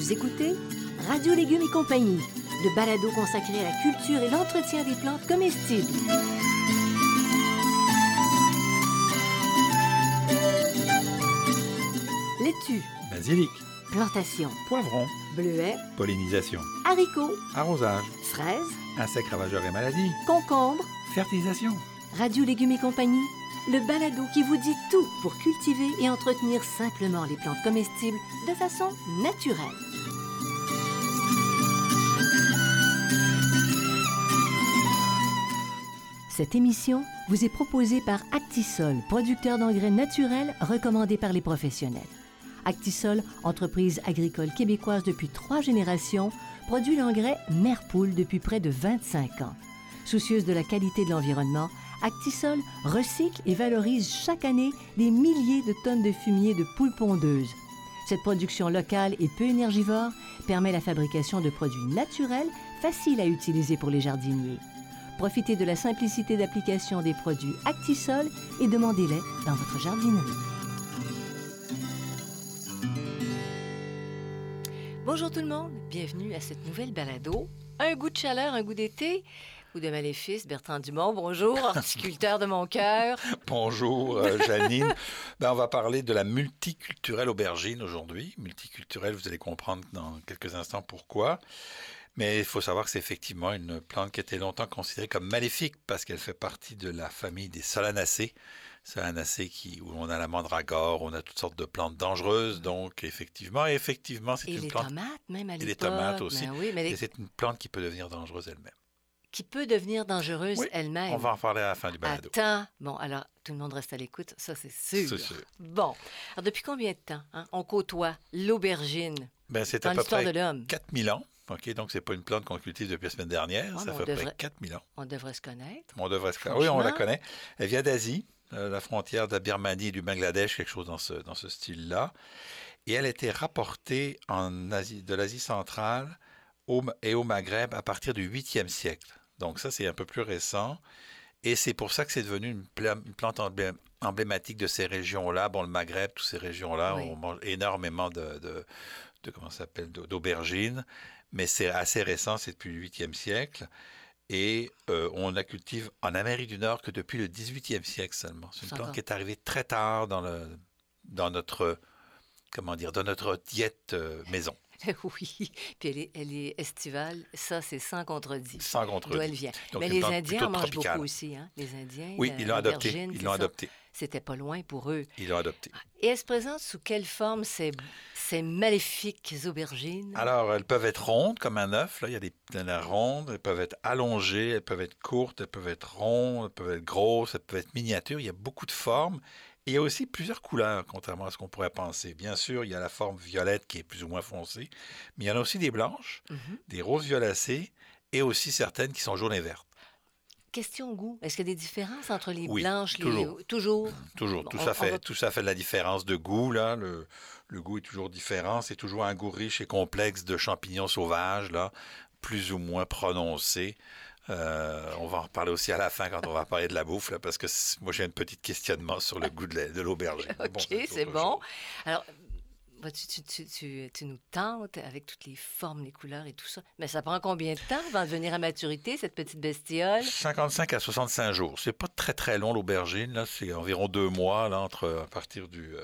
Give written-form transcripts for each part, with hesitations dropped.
Vous écoutez Radio Légumes et compagnie, le balado consacré à la culture et l'entretien des plantes comestibles. Laitue, Basilic, plantation, poivron, bleuets, pollinisation, haricots, arrosage, fraises, insectes ravageurs et maladies, concombres. fertilisation. Radio Légumes et compagnie, le balado qui vous dit tout pour cultiver et entretenir simplement les plantes comestibles de façon naturelle. Cette émission vous est proposée par Actisol, producteur d'engrais naturels recommandé par les professionnels. Actisol, entreprise agricole québécoise depuis 3 générations, produit l'engrais Merpoule depuis près de 25 ans. Soucieuse de la qualité de l'environnement, Actisol recycle et valorise chaque année des milliers de tonnes de fumier de poules pondeuses. Cette production locale et peu énergivore permet la fabrication de produits naturels faciles à utiliser pour les jardiniers. Profitez de la simplicité d'application des produits Actisol et demandez-les dans votre jardinerie. Bonjour tout le monde, bienvenue à cette nouvelle balado. Un goût de chaleur, un goût d'été ou de maléfice. Bertrand Dumont, bonjour, horticulteur de mon cœur. Bonjour Janine. On va parler de la multiculturelle aubergine aujourd'hui. Multiculturelle, vous allez comprendre dans quelques instants pourquoi. Mais il faut savoir que c'est effectivement une plante qui a été longtemps considérée comme maléfique parce qu'elle fait partie de la famille des solanacées. Solanacées où on a la mandragore, on a toutes sortes de plantes dangereuses. Donc effectivement, c'est et une les plante. tomates même à l'époque. Et les tomates aussi. Ben oui, mais Et c'est une plante qui peut devenir dangereuse elle-même. qui peut devenir dangereuse Oui, elle-même. on va en parler à la fin du balado. Attends. Bon, alors, tout le monde reste à l'écoute, ça c'est sûr. C'est sûr. Bon, alors depuis combien de temps on côtoie l'aubergine C'est dans à peu l'histoire près de l'homme? 4000 ans. OK, donc c'est pas une plante qu'on cultive depuis la semaine dernière. Ouais, Ça fait à peu près 4000 ans. On devrait se connaître. On devrait se connaître. Oui, on la connaît. Elle vient d'Asie, la frontière de la Birmanie et du Bangladesh, quelque chose dans ce style-là. Et elle a été rapportée de l'Asie centrale et au Maghreb à partir du 8e siècle. Donc ça, c'est un peu plus récent. Et c'est pour ça que c'est devenu une plante emblématique de ces régions-là. Bon, le Maghreb, toutes ces régions-là, Oui. on mange énormément d'aubergines. Mais c'est assez récent, c'est depuis le 8e siècle. Et on la cultive en Amérique du Nord que depuis le 18e siècle seulement. C'est une plante qui est arrivée très tard dans notre diète maison. Oui, puis elle est estivale, ça c'est sans contredit. Sans contredit. D'où elle vient. Donc, mais une les plante Indiens plutôt en mangent tropicale. beaucoup aussi, hein? Les Indiens, Oui, ils l'ont adopté. l'aubergine, Ils c'est l'ont ça. adopté. C'était pas loin pour eux. Ils l'ont adopté. Et elle se présente sous quelle forme ces maléfiques aubergines? Alors, elles peuvent être rondes comme un œuf. Là, il y a des rondes. Elles peuvent être allongées, elles peuvent être courtes, elles peuvent être rondes, elles peuvent être grosses, elles peuvent être miniatures. Il y a beaucoup de formes. Et il y a aussi plusieurs couleurs, contrairement à ce qu'on pourrait penser. Bien sûr, il y a la forme violette qui est plus ou moins foncée, mais il y en a aussi des blanches, des roses violacées et aussi certaines qui sont jaunes et vertes. Question goût. Est-ce qu'il y a des différences entre les Oui, blanches, toujours. Toujours? Toujours. Bon, Tout ça fait de la différence de goût, là. Le goût est toujours différent. C'est toujours un goût riche et complexe de champignons sauvages, là, plus ou moins prononcé. On va en reparler aussi à la fin quand on va parler de la bouffe, là, parce que moi, j'ai un petit questionnement sur le goût de l'aubergine. OK, Bon, c'est autre bon. chose. Alors, tu nous tentes avec toutes les formes, les couleurs et tout ça. Mais ça prend combien de temps avant de venir à maturité, cette petite bestiole? 55 à 65 jours. C'est pas très, très long, l'aubergine. Là, c'est environ 2 mois là, à partir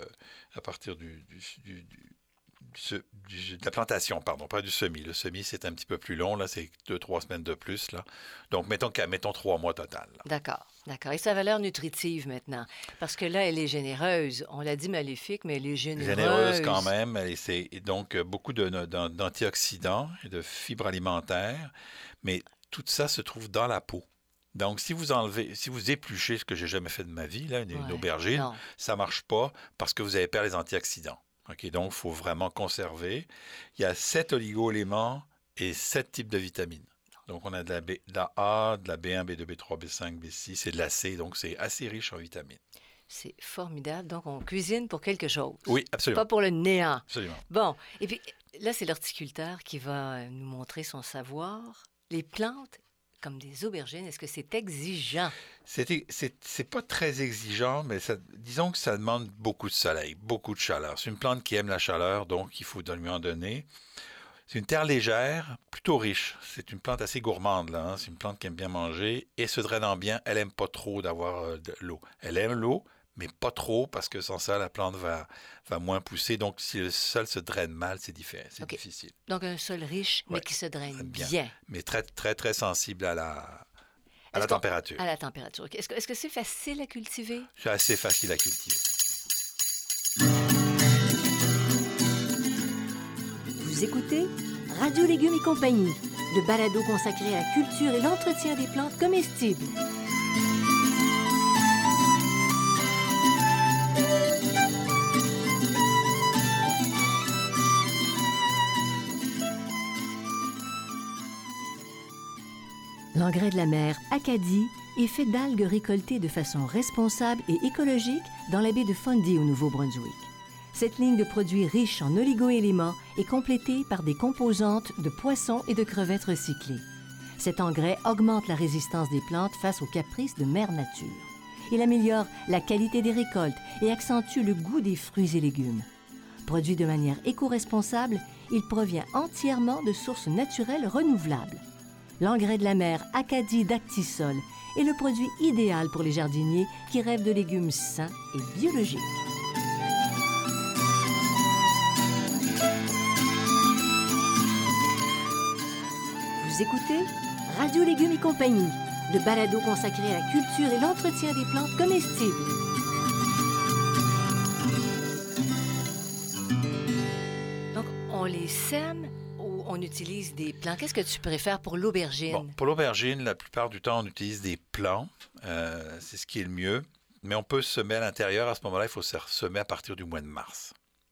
de la plantation, pardon, pas du semis. Le semis, c'est un petit peu plus long. Là, c'est 2-3 semaines de plus. Là. Donc, mettons 3 mois total. Là. D'accord. Et sa valeur nutritive maintenant? Parce que là, elle est généreuse. On l'a dit maléfique, mais elle est généreuse. Généreuse quand même. C'est donc beaucoup d'antioxydants et de fibres alimentaires. Mais tout ça se trouve dans la peau. Donc, si vous épluchez, ce que j'ai jamais fait de ma vie, là, une aubergine, ça ne marche pas parce que vous avez perdu les antioxydants. OK, donc, il faut vraiment conserver. Il y a 7 oligo-éléments et 7 types de vitamines. Donc, on a de la A, de la B1, B2, B3, B5, B6 et de la C. Donc, c'est assez riche en vitamines. C'est formidable. Donc, on cuisine pour quelque chose. Oui, absolument. Pas pour le néant. Absolument. Bon, et puis là, c'est l'horticulteur qui va nous montrer son savoir. Les plantes, comme des aubergines, est-ce que c'est exigeant? C'est pas très exigeant, mais disons que ça demande beaucoup de soleil, beaucoup de chaleur. C'est une plante qui aime la chaleur, donc il faut lui en donner. C'est une terre légère, plutôt riche. C'est une plante assez gourmande, là. Hein. C'est une plante qui aime bien manger. Et se drainant bien, elle aime pas trop d'avoir de l'eau. Elle aime l'eau, mais pas trop, parce que sans ça, la plante va moins pousser. Donc, si le sol se draine mal, c'est difficile. Donc, un sol riche, mais qui se draine bien. Mais très, très, très sensible à la température. À la température. Okay. Est-ce que c'est facile à cultiver? C'est assez facile à cultiver. Vous écoutez Radio Légumes et compagnie, le balado consacré à la culture et l'entretien des plantes comestibles. L'engrais de la mer Acadie est fait d'algues récoltées de façon responsable et écologique dans la baie de Fundy au Nouveau-Brunswick. Cette ligne de produits riches en oligo-éléments est complétée par des composantes de poissons et de crevettes recyclées. Cet engrais augmente la résistance des plantes face aux caprices de Mère Nature. Il améliore la qualité des récoltes et accentue le goût des fruits et légumes. Produit de manière éco-responsable, il provient entièrement de sources naturelles renouvelables. L'engrais de la mer Acadie d'Actisol est le produit idéal pour les jardiniers qui rêvent de légumes sains et biologiques. Vous écoutez Radio Légumes et compagnie, le balado consacré à la culture et l'entretien des plantes comestibles. Donc, on les sème ou on utilise des plants? Qu'est-ce que tu préfères pour l'aubergine? Bon, pour l'aubergine, la plupart du temps, on utilise des plants. C'est ce qui est le mieux. Mais on peut semer à l'intérieur. À ce moment-là, il faut se semer à partir du mois de mars.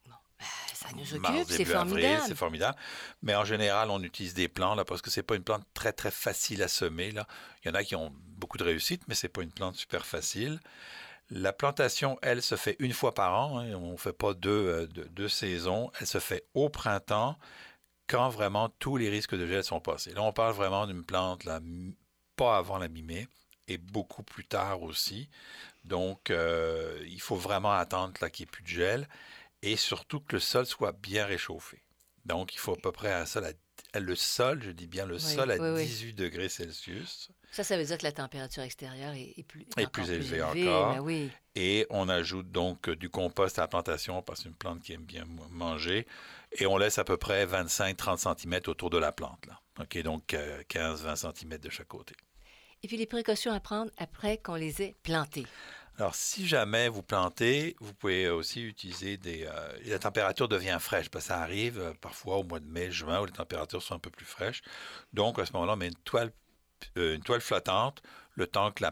Ça nous occupe, c'est formidable. Avril, c'est formidable. Mais en général, on utilise des plants là, parce que c'est pas une plante très, très facile à semer. Là. Il y en a qui ont beaucoup de réussite, mais c'est pas une plante super facile. La plantation, elle, se fait une fois par an. Hein. On ne fait pas deux saisons. Elle se fait au printemps, quand vraiment tous les risques de gel sont passés. Là, on parle vraiment d'une plante là, pas avant la mi-mai et beaucoup plus tard aussi. Donc, il faut vraiment attendre là, qu'il n'y ait plus de gel. Et surtout que le sol soit bien réchauffé. Donc, il faut à peu près un sol le sol, je dis bien le sol à 18 degrés Celsius. Ça veut dire que la température extérieure est plus élevée encore. Ben oui. Et on ajoute donc du compost à la plantation parce que c'est une plante qui aime bien manger. Et on laisse à peu près 25-30 cm autour de la plante. Là. OK, donc 15-20 cm de chaque côté. Et puis les précautions à prendre après qu'on les ait plantées. Alors, si jamais vous plantez, vous pouvez aussi utiliser la température devient fraîche, parce que ça arrive parfois au mois de mai, juin, où les températures sont un peu plus fraîches. Donc, à ce moment-là, on met une toile flottante, le temps que la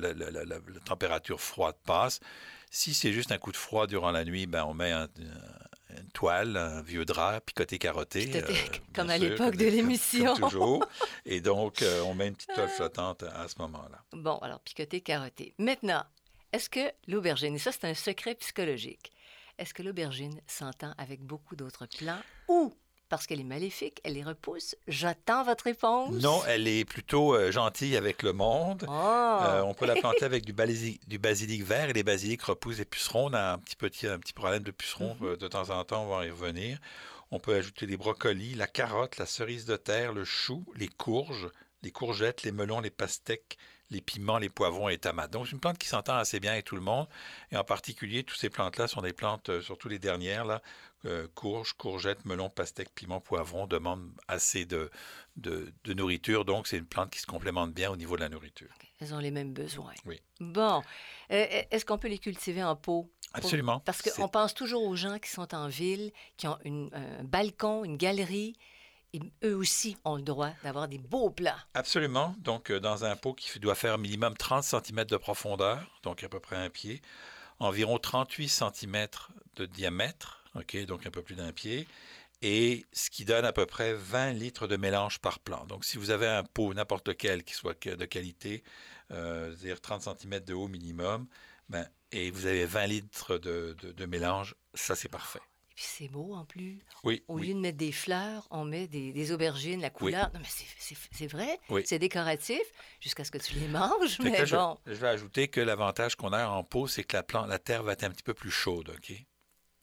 température froide passe. Si c'est juste un coup de froid durant la nuit, ben on met une toile, un vieux drap, picoté, carotté. Comme à l'époque de l'émission. Comme toujours. Et donc, on met une petite toile flottante à ce moment-là. Bon, alors, picoté, carotté. Maintenant, est-ce que l'aubergine, et ça c'est un secret psychologique, est-ce que l'aubergine s'entend avec beaucoup d'autres plants ou, parce qu'elle est maléfique, elle les repousse? J'attends votre réponse. Non, elle est plutôt gentille avec le monde. Oh. On peut la planter avec du basilic vert et les basilics repoussent les pucerons. On a un petit problème de pucerons de temps en temps, on va y revenir. On peut ajouter les brocolis, la carotte, la cerise de terre, le chou, les courges, les courgettes, les melons, les pastèques, les piments, les poivrons et les tomates. Donc, c'est une plante qui s'entend assez bien avec tout le monde. Et en particulier, toutes ces plantes-là sont des plantes, surtout les dernières, là, courges, courgettes, melons, pastèques, piments, poivrons, demandent assez de nourriture. Donc, c'est une plante qui se complémente bien au niveau de la nourriture. Elles ont les mêmes besoins. Oui. Bon. Est-ce qu'on peut les cultiver en pot? Absolument. Parce qu'on pense toujours aux gens qui sont en ville, qui ont un balcon, une galerie. Et eux aussi ont le droit d'avoir des beaux plants. Absolument. Donc, dans un pot qui doit faire minimum 30 cm de profondeur, donc à peu près un pied, environ 38 cm de diamètre, OK, donc un peu plus d'un pied, et ce qui donne à peu près 20 litres de mélange par plant. Donc, si vous avez un pot, n'importe lequel, qui soit de qualité, c'est-à-dire 30 cm de haut minimum, et vous avez 20 litres de mélange, ça, c'est parfait. Puis c'est beau en plus. Oui. Au lieu de mettre des fleurs, on met des aubergines, la couleur. Oui. Non, mais c'est vrai. Oui. C'est décoratif jusqu'à ce que tu les manges. Mais bon. Je vais ajouter que l'avantage qu'on a en pot, c'est que la terre va être un petit peu plus chaude. OK?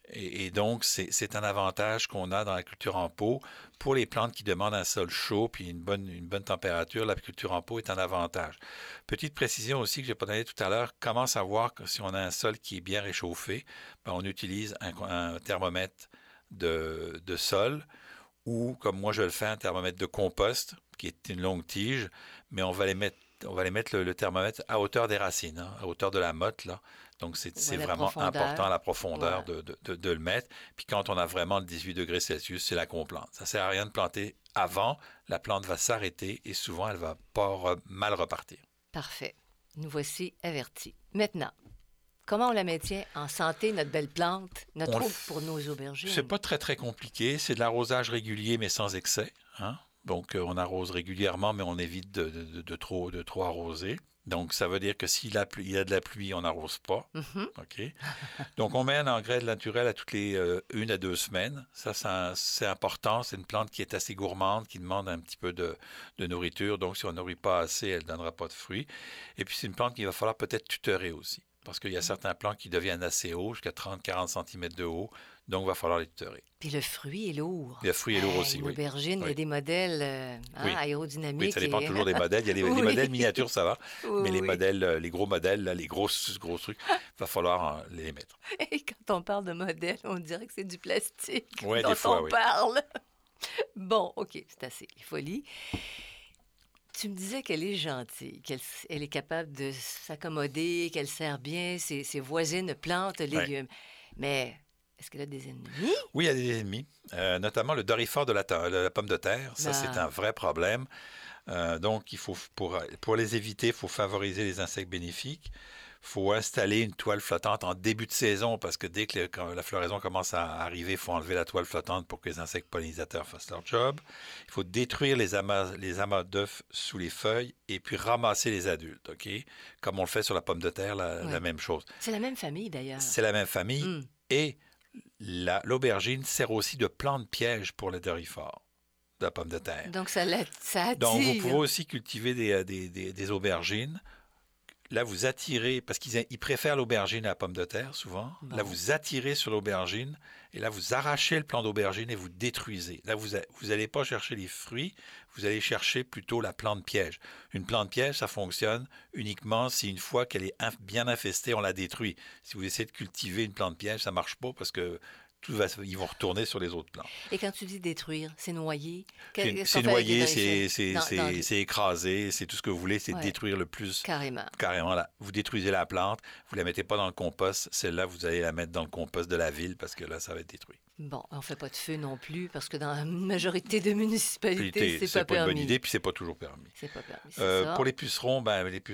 Et donc, c'est un avantage qu'on a dans la culture en pot. Pour les plantes qui demandent un sol chaud puis une bonne température, la culture en pot est un avantage. Petite précision aussi que je n'ai pas donnée tout à l'heure, comment savoir que si on a un sol qui est bien réchauffé, ben, on utilise un thermomètre de sol ou, comme moi je le fais, un thermomètre de compost, qui est une longue tige, mais on va les mettre le thermomètre à hauteur des racines, hein, à hauteur de la motte, là. Donc, c'est vraiment important, la profondeur de le mettre. Puis quand on a vraiment le 18 degrés Celsius, c'est là qu'on plante. Ça ne sert à rien de planter avant. La plante va s'arrêter et souvent, elle va pas mal repartir. Parfait. Nous voici avertis. Maintenant, comment on la maintient en santé, notre belle plante, notre eau pour nos aubergines? C'est pas très, très compliqué. C'est de l'arrosage régulier, mais sans excès. Hein? Donc, on arrose régulièrement, mais on évite de trop arroser. Donc, ça veut dire que s'il y a de la pluie, on n'arrose pas. Mm-hmm. OK? Donc, on met un engrais naturel à toutes les 1 à 2 semaines. Ça, c'est important. C'est une plante qui est assez gourmande, qui demande un petit peu de nourriture. Donc, si on ne nourrit pas assez, elle ne donnera pas de fruits. Et puis, c'est une plante qu'il va falloir peut-être tutorer aussi. Parce qu'il y a certains plants qui deviennent assez hauts, jusqu'à 30-40 cm de haut. Donc, il va falloir les tutorer. Puis le fruit est lourd. Le fruit est lourd aussi, oui. L'aubergine, il y a des modèles aérodynamiques. Oui, ça dépend toujours des modèles. Il y a des modèles miniatures, ça va. Mais les modèles, les gros modèles, là, les gros trucs, il va falloir les mettre. Et quand on parle de modèles, on dirait que c'est du plastique dont des fois, on oui. parle. Bon, OK, c'est assez. Les folies. Tu me disais qu'elle est gentille, qu'elle est capable de s'accommoder, qu'elle sert bien ses voisines plantes, légumes. Mais est-ce qu'elle a des ennemis? Oui, il y a des ennemis, notamment le doryphore de la pomme de terre. Ça, c'est un vrai problème. Donc, il faut, pour les éviter, il faut favoriser les insectes bénéfiques. Il faut installer une toile flottante en début de saison parce que dès que quand la floraison commence à arriver, il faut enlever la toile flottante pour que les insectes pollinisateurs fassent leur job. Il faut détruire les amas d'œufs sous les feuilles et puis ramasser les adultes, OK? Comme on le fait sur la pomme de terre, la même chose. C'est la même famille, d'ailleurs. C'est la même famille. Et l'aubergine sert aussi de plante piège pour le doryphore de la pomme de terre. Donc, ça attire. Donc, vous pouvez aussi cultiver des aubergines. Là, vous attirez, parce qu'ils préfèrent l'aubergine à la pomme de terre, souvent. Bon. Là, vous attirez sur l'aubergine, et là, vous arrachez le plant d'aubergine et vous détruisez. Là, vous n'allez pas chercher les fruits, vous allez chercher plutôt la plante piège. Une plante piège, ça fonctionne uniquement si une fois qu'elle est bien infestée, on la détruit. Si vous essayez de cultiver une plante piège, ça ne marche pas parce que ils vont retourner sur les autres plantes. Et quand tu dis détruire, c'est noyer? C'est noyer, c'est écraser, c'est tout ce que vous voulez, c'est détruire le plus. Carrément. Carrément. Là. Vous détruisez la plante, vous ne la mettez pas dans le compost. Celle-là, vous allez la mettre dans le compost de la ville parce que là, ça va être détruit. Bon, on ne fait pas de feu non plus parce que dans la majorité de municipalités, c'est pas permis. C'est pas une bonne idée, puis c'est pas toujours permis. C'est pas permis, pour les pucerons,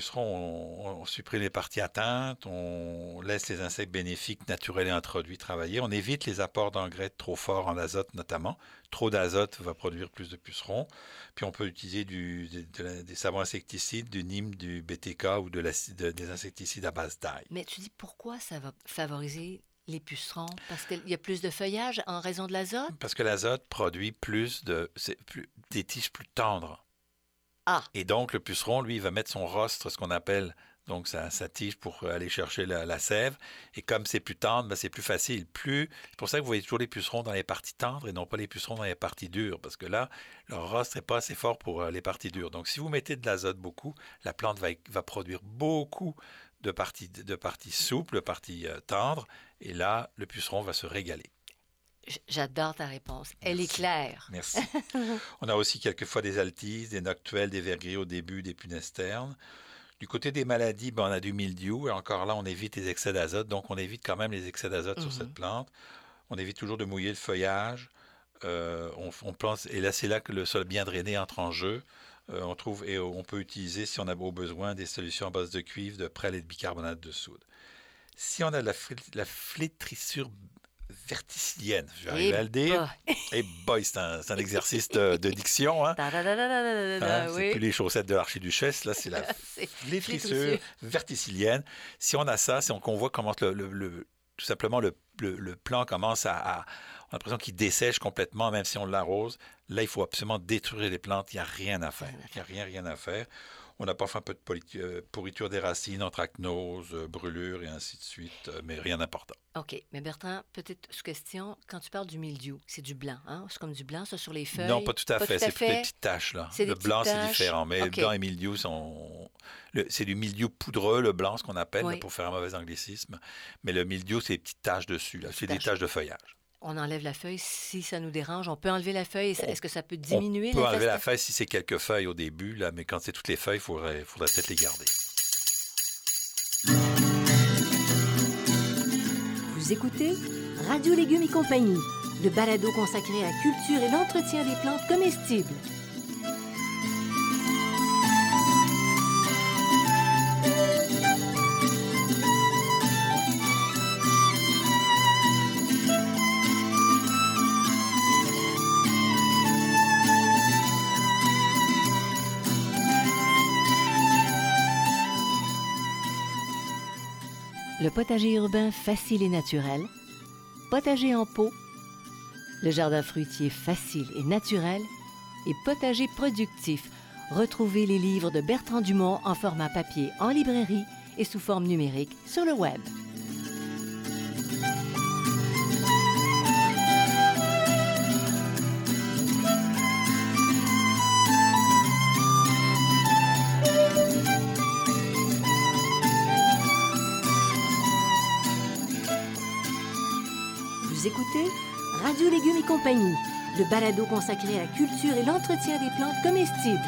on supprime les parties atteintes, on laisse les insectes bénéfiques, naturels et introduits travailler. On évite les apports d'engrais trop forts en azote notamment. Trop d'azote va produire plus de pucerons. Puis on peut utiliser des savons insecticides, du Nîmes, du BTK ou des insecticides à base d'ail. Mais tu dis pourquoi ça va favoriser les pucerons? Parce qu'il y a plus de feuillage en raison de l'azote? Parce que l'azote produit des tiges plus tendres. Ah! Et donc, le puceron, lui, il va mettre son rostre, ce qu'on appelle donc sa tige pour aller chercher la sève. Et comme c'est plus tendre, c'est plus facile. C'est pour ça que vous voyez toujours les pucerons dans les parties tendres et non pas les pucerons dans les parties dures. Parce que là, leur rostre n'est pas assez fort pour les parties dures. Donc, si vous mettez de l'azote beaucoup, la plante va produire beaucoup de parties souples, de parties tendres. Et là, le puceron va se régaler. J'adore ta réponse. Elle est claire. Merci. On a aussi quelquefois des altises, des noctuelles, des vergriers au début, des punaises ternes. Du côté des maladies, on a du mildiou. Et encore là, on évite les excès d'azote. Donc, on évite quand même les excès d'azote sur cette plante. On évite toujours de mouiller le feuillage. On pense, et là, c'est là que le sol bien drainé entre en jeu. On peut utiliser, si on a au besoin, des solutions à base de cuivre, de prêle et de bicarbonate de soude. Si on a la flétrissure verticillienne, je vais arriver à le dire. Et boy, c'est un exercice de diction. Hein? C'est plus les chaussettes de l'archiduchesse, là, c'est la flétrissure verticillienne. Si on a ça, c'est qu'on voit comment tout simplement le plant commence on a l'impression qu'il dessèche complètement, même si on l'arrose. Là, il faut absolument détruire les plantes. Il n'y a rien à faire. Il n'y a rien à faire. On a parfois un peu de pourriture des racines, anthracnose, brûlure et ainsi de suite, mais rien d'important. OK. Mais Bertrand, petite question. Quand tu parles du mildiou, c'est du blanc, hein? C'est comme du blanc, ça, sur les feuilles? Non, pas tout à Pas tout fait. à C'est plutôt des fait. petites taches, là. C'est des Le petites blanc, c'est taches. différent. Mais le OK. blanc et mildiou c'est du mildiou poudreux, le blanc, ce qu'on appelle, là, Oui. pour faire un mauvais anglicisme. Mais le mildiou, c'est des petites taches dessus, là. C'est des Taches. taches de feuillage. On enlève la feuille si ça nous dérange. On peut enlever la feuille. On- Est-ce que ça peut On diminuer peut enlever la l'infestation? feuille si c'est quelques feuilles au début, là, mais quand c'est toutes les feuilles, faudrait peut-être les garder. Vous écoutez Radio Légumes et compagnie, le balado consacré à la culture et l'entretien des plantes comestibles. Le potager urbain facile et naturel, potager en pot, le jardin fruitier facile et naturel et potager productif. Retrouvez les livres de Bertrand Dumont en format papier en librairie et sous forme numérique sur le web. Vous écoutez Radio Légumes et compagnie, le balado consacré à la culture et l'entretien des plantes comestibles.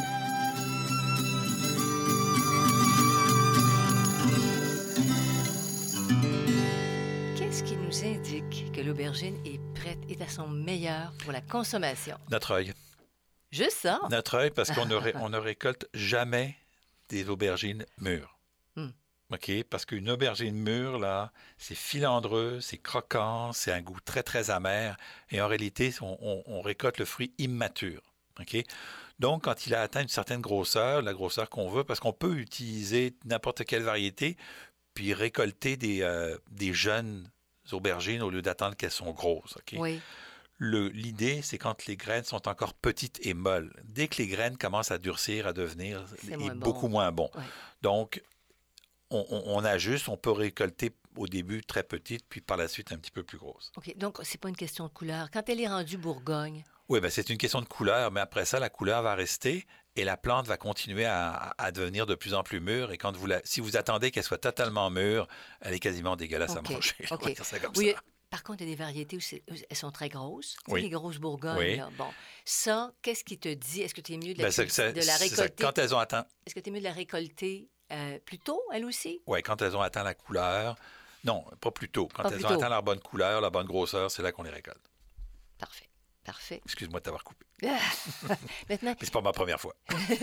Qu'est-ce qui nous indique que l'aubergine est prête, est à son meilleur pour la consommation? Notre œil. Juste ça? Notre œil, parce qu'on on ne récolte jamais des aubergines mûres. Hmm. OK? Parce qu'une aubergine mûre, là, c'est filandreux, c'est croquant, c'est un goût très, très amer. Et en réalité, on récolte le fruit immature. OK? Donc, quand il a atteint une certaine grosseur, la grosseur qu'on veut, parce qu'on peut utiliser n'importe quelle variété, puis récolter des jeunes aubergines au lieu d'attendre qu'elles sont grosses. OK? Oui. L'idée, c'est quand les graines sont encore petites et molles. Dès que les graines commencent à durcir, à devenir beaucoup moins bon. Ouais. Donc, on ajuste, on peut récolter au début très petite, puis par la suite un petit peu plus grosse. OK. Donc, c'est pas une question de couleur. Quand elle est rendue Bourgogne, Oui, bien, c'est une question de couleur, mais après ça, la couleur va rester et la plante va continuer à devenir de plus en plus mûre. Et quand si vous attendez qu'elle soit totalement mûre, elle est quasiment dégueulasse à manger. On va dire ça comme oui. ça. Par contre, il y a des variétés où elles sont très grosses. Tu sais, Oui. les grosses Bourgognes. Oui. Là. Bon, ça, qu'est-ce qui te dit? Est-ce que tu es mieux de Ben, la récolter? ça. Quand elles ont atteint, Est-ce que tu es mieux de la récolter plus tôt, elle aussi? oui, quand elles ont atteint la couleur. Non, pas plus tôt. Quand elles ont atteint leur bonne couleur, la bonne grosseur, c'est là qu'on les récolte. Parfait. Parfait. Excuse-moi de t'avoir coupé. Maintenant. Mais c'est pas ma première fois.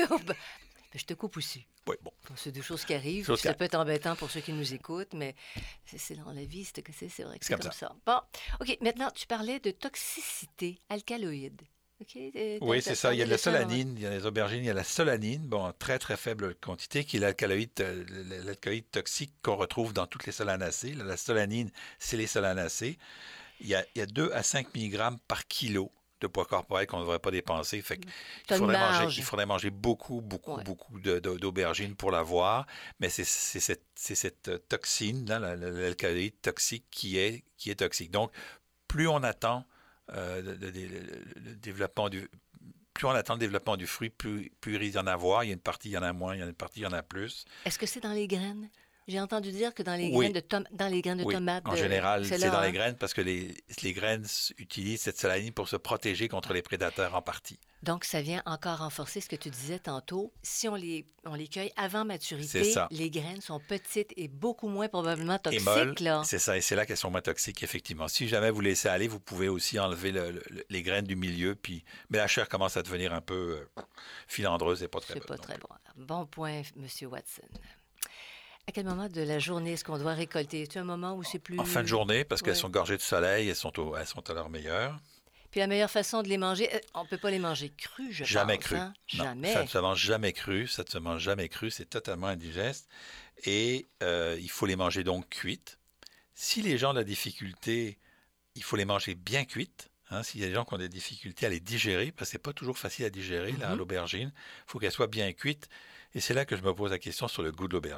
Je te coupe aussi. Oui, bon. C'est deux choses qui arrivent. Ça peut être embêtant pour ceux qui nous écoutent, mais c'est dans la vie, c'est vrai que c'est comme ça. Bon, OK. Maintenant, tu parlais de toxicité alcaloïde. Okay. Oui, c'est ça. Il y a de la solanine, il y a les aubergines, il y a la solanine, bon, en très, très faible quantité, qui est l'alcaloïde toxique qu'on retrouve dans toutes les solanacées. La solanine, c'est les solanacées. Il y a 2 à 5 mg par kilo de poids corporel qu'on ne devrait pas dépenser. Fait il faudrait manger beaucoup d'aubergines pour l'avoir. Mais c'est cette toxine, là, l'alcaloïde toxique, qui est toxique. Donc, plus on attend le développement du fruit, plus il risque d'en avoir. Il y a une partie, il y en a moins, il y a une partie, il y en a plus. Est-ce que c'est dans les graines? J'ai entendu dire que dans les graines de tomates... En général, c'est dans les graines parce que les graines utilisent cette solanine pour se protéger contre les prédateurs en partie. Donc, ça vient encore renforcer ce que tu disais tantôt. Si on les cueille avant maturité, les graines sont petites et beaucoup moins probablement toxiques. Et molles, c'est ça. Et c'est là qu'elles sont moins toxiques, effectivement. Si jamais vous laissez aller, vous pouvez aussi enlever les graines du milieu. Mais la chair commence à devenir un peu filandreuse et pas très bonne. C'est pas très bon. Bon point, M. Watson. À quel moment de la journée est-ce qu'on doit récolter? Est-ce un moment où c'est plus... En fin de journée, parce qu'elles sont gorgées de soleil, elles sont à leur meilleur. Puis la meilleure façon de les manger, on ne peut pas les manger crus, je jamais pense. Cru. Hein? Non, jamais. Ça ne se mange jamais cru. Ça ne se mange jamais cru. C'est totalement indigeste. Et il faut les manger donc cuites. Si les gens ont de la difficulté, il faut les manger bien cuites. Hein, s'il y a des gens qui ont des difficultés à les digérer, parce que ce n'est pas toujours facile à digérer, l'aubergine, il faut qu'elle soit bien cuite. Et c'est là que je me pose la question sur le goût de l'aubergine.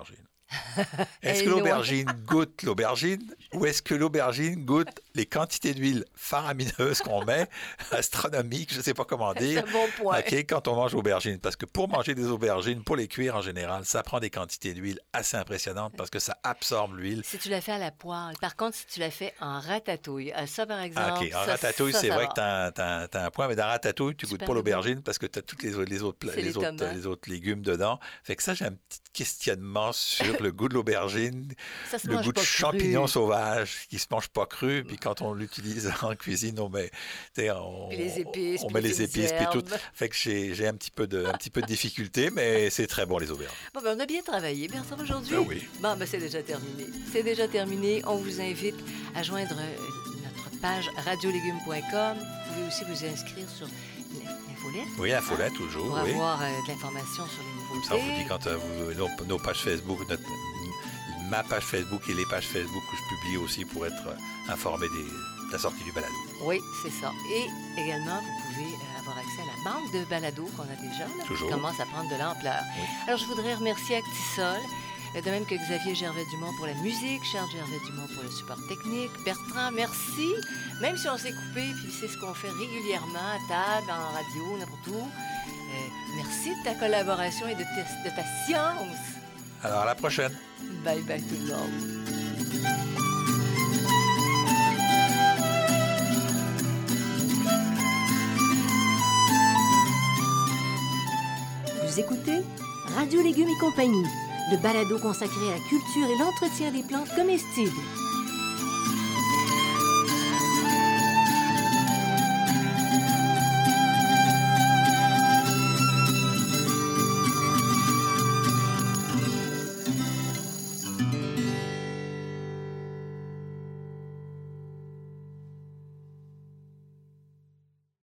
Est-ce Elle que est loin. l'aubergine goûte l'aubergine ou est-ce que l'aubergine goûte les quantités d'huile faramineuses qu'on met, astronomiques, je ne sais pas comment C'est dire, un bon point. OK, quand on mange aubergine? Parce que pour manger des aubergines, pour les cuire en général, ça prend des quantités d'huile assez impressionnantes parce que ça absorbe l'huile. Si tu la fais à la poêle. Par contre, si tu la fais en ratatouille, ça, par exemple, OK, en ça, ratatouille, ça, c'est ça vrai va. que tu as un point, mais dans ratatouille, tu Tu goûtes perds pas le l'aubergine parce que tu as tous les autres, C'est les tomates. les autres légumes dedans. Fait que ça, j'ai un petit questionnement sur le goût de l'aubergine, Ça se le mange goût de pas cru. champignon sauvage qui se mange pas cru, puis quand on l'utilise en cuisine, on met, tu sais, Puis les épices, on puis met les les épices, puis tout. herbes. Fait que j'ai un petit peu de difficulté, mais c'est très bon les aubergines. Bon, ben, on a bien travaillé, Bertrand, aujourd'hui. Ah oui. Bon, ben, c'est déjà terminé. C'est déjà terminé. On vous invite à joindre notre page radiolégumes.com. Vous pouvez aussi vous inscrire sur l'infolette. Oui, la folette toujours, Pour oui. avoir de l'information sur les nouveautés. Ça, on vous dit quand nos pages Facebook, ma page Facebook et les pages Facebook que je publie aussi pour être informé de la sortie du balado. Oui, c'est ça. Et également, vous pouvez avoir accès à la banque de balados qu'on a déjà, là, Toujours. qui commence à prendre de l'ampleur. Oui. Alors, je voudrais remercier Actisol, de même que Xavier Gervais-Dumont pour la musique, Charles Gervais-Dumont pour le support technique. Bertrand, merci. Même si on s'est coupé, puis c'est ce qu'on fait régulièrement à table, en radio, n'importe où. Merci de ta collaboration et de ta science. Alors, à la prochaine. Bye bye tout le monde. Vous écoutez Radio Légumes et compagnie, le balado consacré à la culture et l'entretien des plantes comestibles.